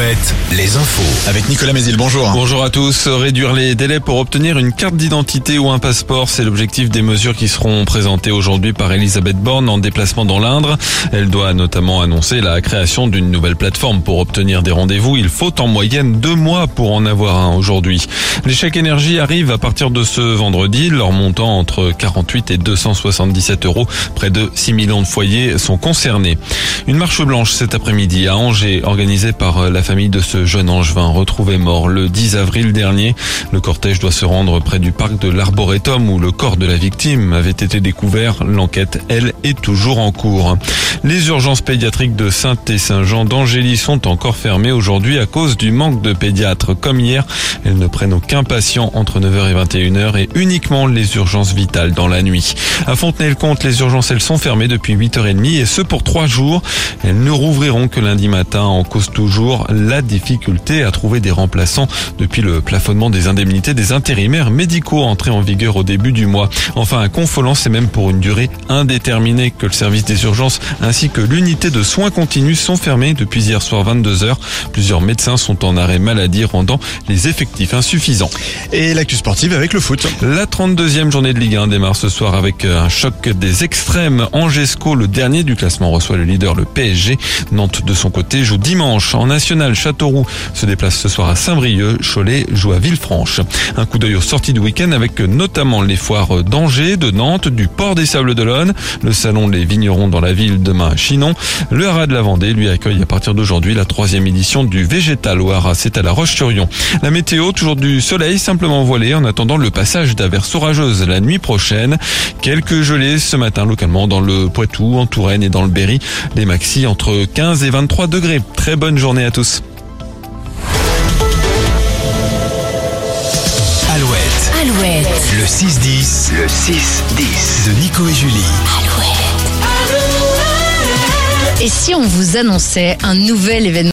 Alouette, les infos. Avec Nicolas Mézil, bonjour. Bonjour à tous. Réduire les délais pour obtenir une carte d'identité ou un passeport, c'est l'objectif des mesures qui seront présentées aujourd'hui par Elisabeth Borne en déplacement dans l'Indre. Elle doit notamment annoncer la création d'une nouvelle plateforme pour obtenir des rendez-vous. Il faut en moyenne 2 mois pour en avoir un aujourd'hui. Les chèques énergie arrivent à partir de ce vendredi. Leur montant entre 48 et 277 euros. Près de 6 millions de foyers sont concernés. Une marche blanche cet après-midi à Angers, organisée par la famille de ce jeune Angevin retrouvé mort le 10 avril dernier. Le cortège doit se rendre près du parc de l'Arboretum où le corps de la victime avait été découvert. L'enquête, elle, est toujours en cours. Les urgences pédiatriques de Saintes et Saint-Jean d'Angély sont encore fermées aujourd'hui à cause du manque de pédiatres. Comme hier, elles ne prennent aucun patient entre 9h et 21h et uniquement les urgences vitales dans la nuit. À Fontenay-le-Comte, les urgences, elles sont fermées depuis 8h30 et ce pour 3 jours. Elles ne rouvriront que lundi matin. En cause toujours la difficulté à trouver des remplaçants depuis le plafonnement des indemnités des intérimaires médicaux entré en vigueur au début du mois. Enfin, à Confolens, c'est même pour une durée indéterminée que le service des urgences ainsi que l'unité de soins continus sont fermés depuis hier soir 22h. Plusieurs médecins sont en arrêt maladie, rendant les effectifs insuffisants. Et l'actu sportive avec le foot. La 32e journée de Ligue 1 démarre ce soir avec un choc des extrêmes. Angesco, le dernier du classement, reçoit le leader, le PSG. Nantes, de son côté, joue dimanche. En national, Châteauroux se déplace ce soir à Saint-Brieuc. Cholet joue à Villefranche. Un coup d'œil aux sorties du week-end avec notamment les foires d'Angers, de Nantes, du Port des Sables-d'Olonne, le salon Les Vignerons dans la ville demain à Chinon. Le Haras de la Vendée lui accueille à partir d'aujourd'hui la 3e édition du Végétal au Haras. C'est à La Roche-sur-Yon. La météo, toujours du soleil simplement voilé en attendant le passage d'averses orageuses la nuit prochaine. Quelques gelées ce matin localement dans le Poitou, en Touraine et dans le Berry. Les maxi entre 15 et 23 degrés. Très bonne journée à tous. Alouette, le 6-10. Le 6-10 de Nico et Julie. Et si on vous annonçait un nouvel événement ?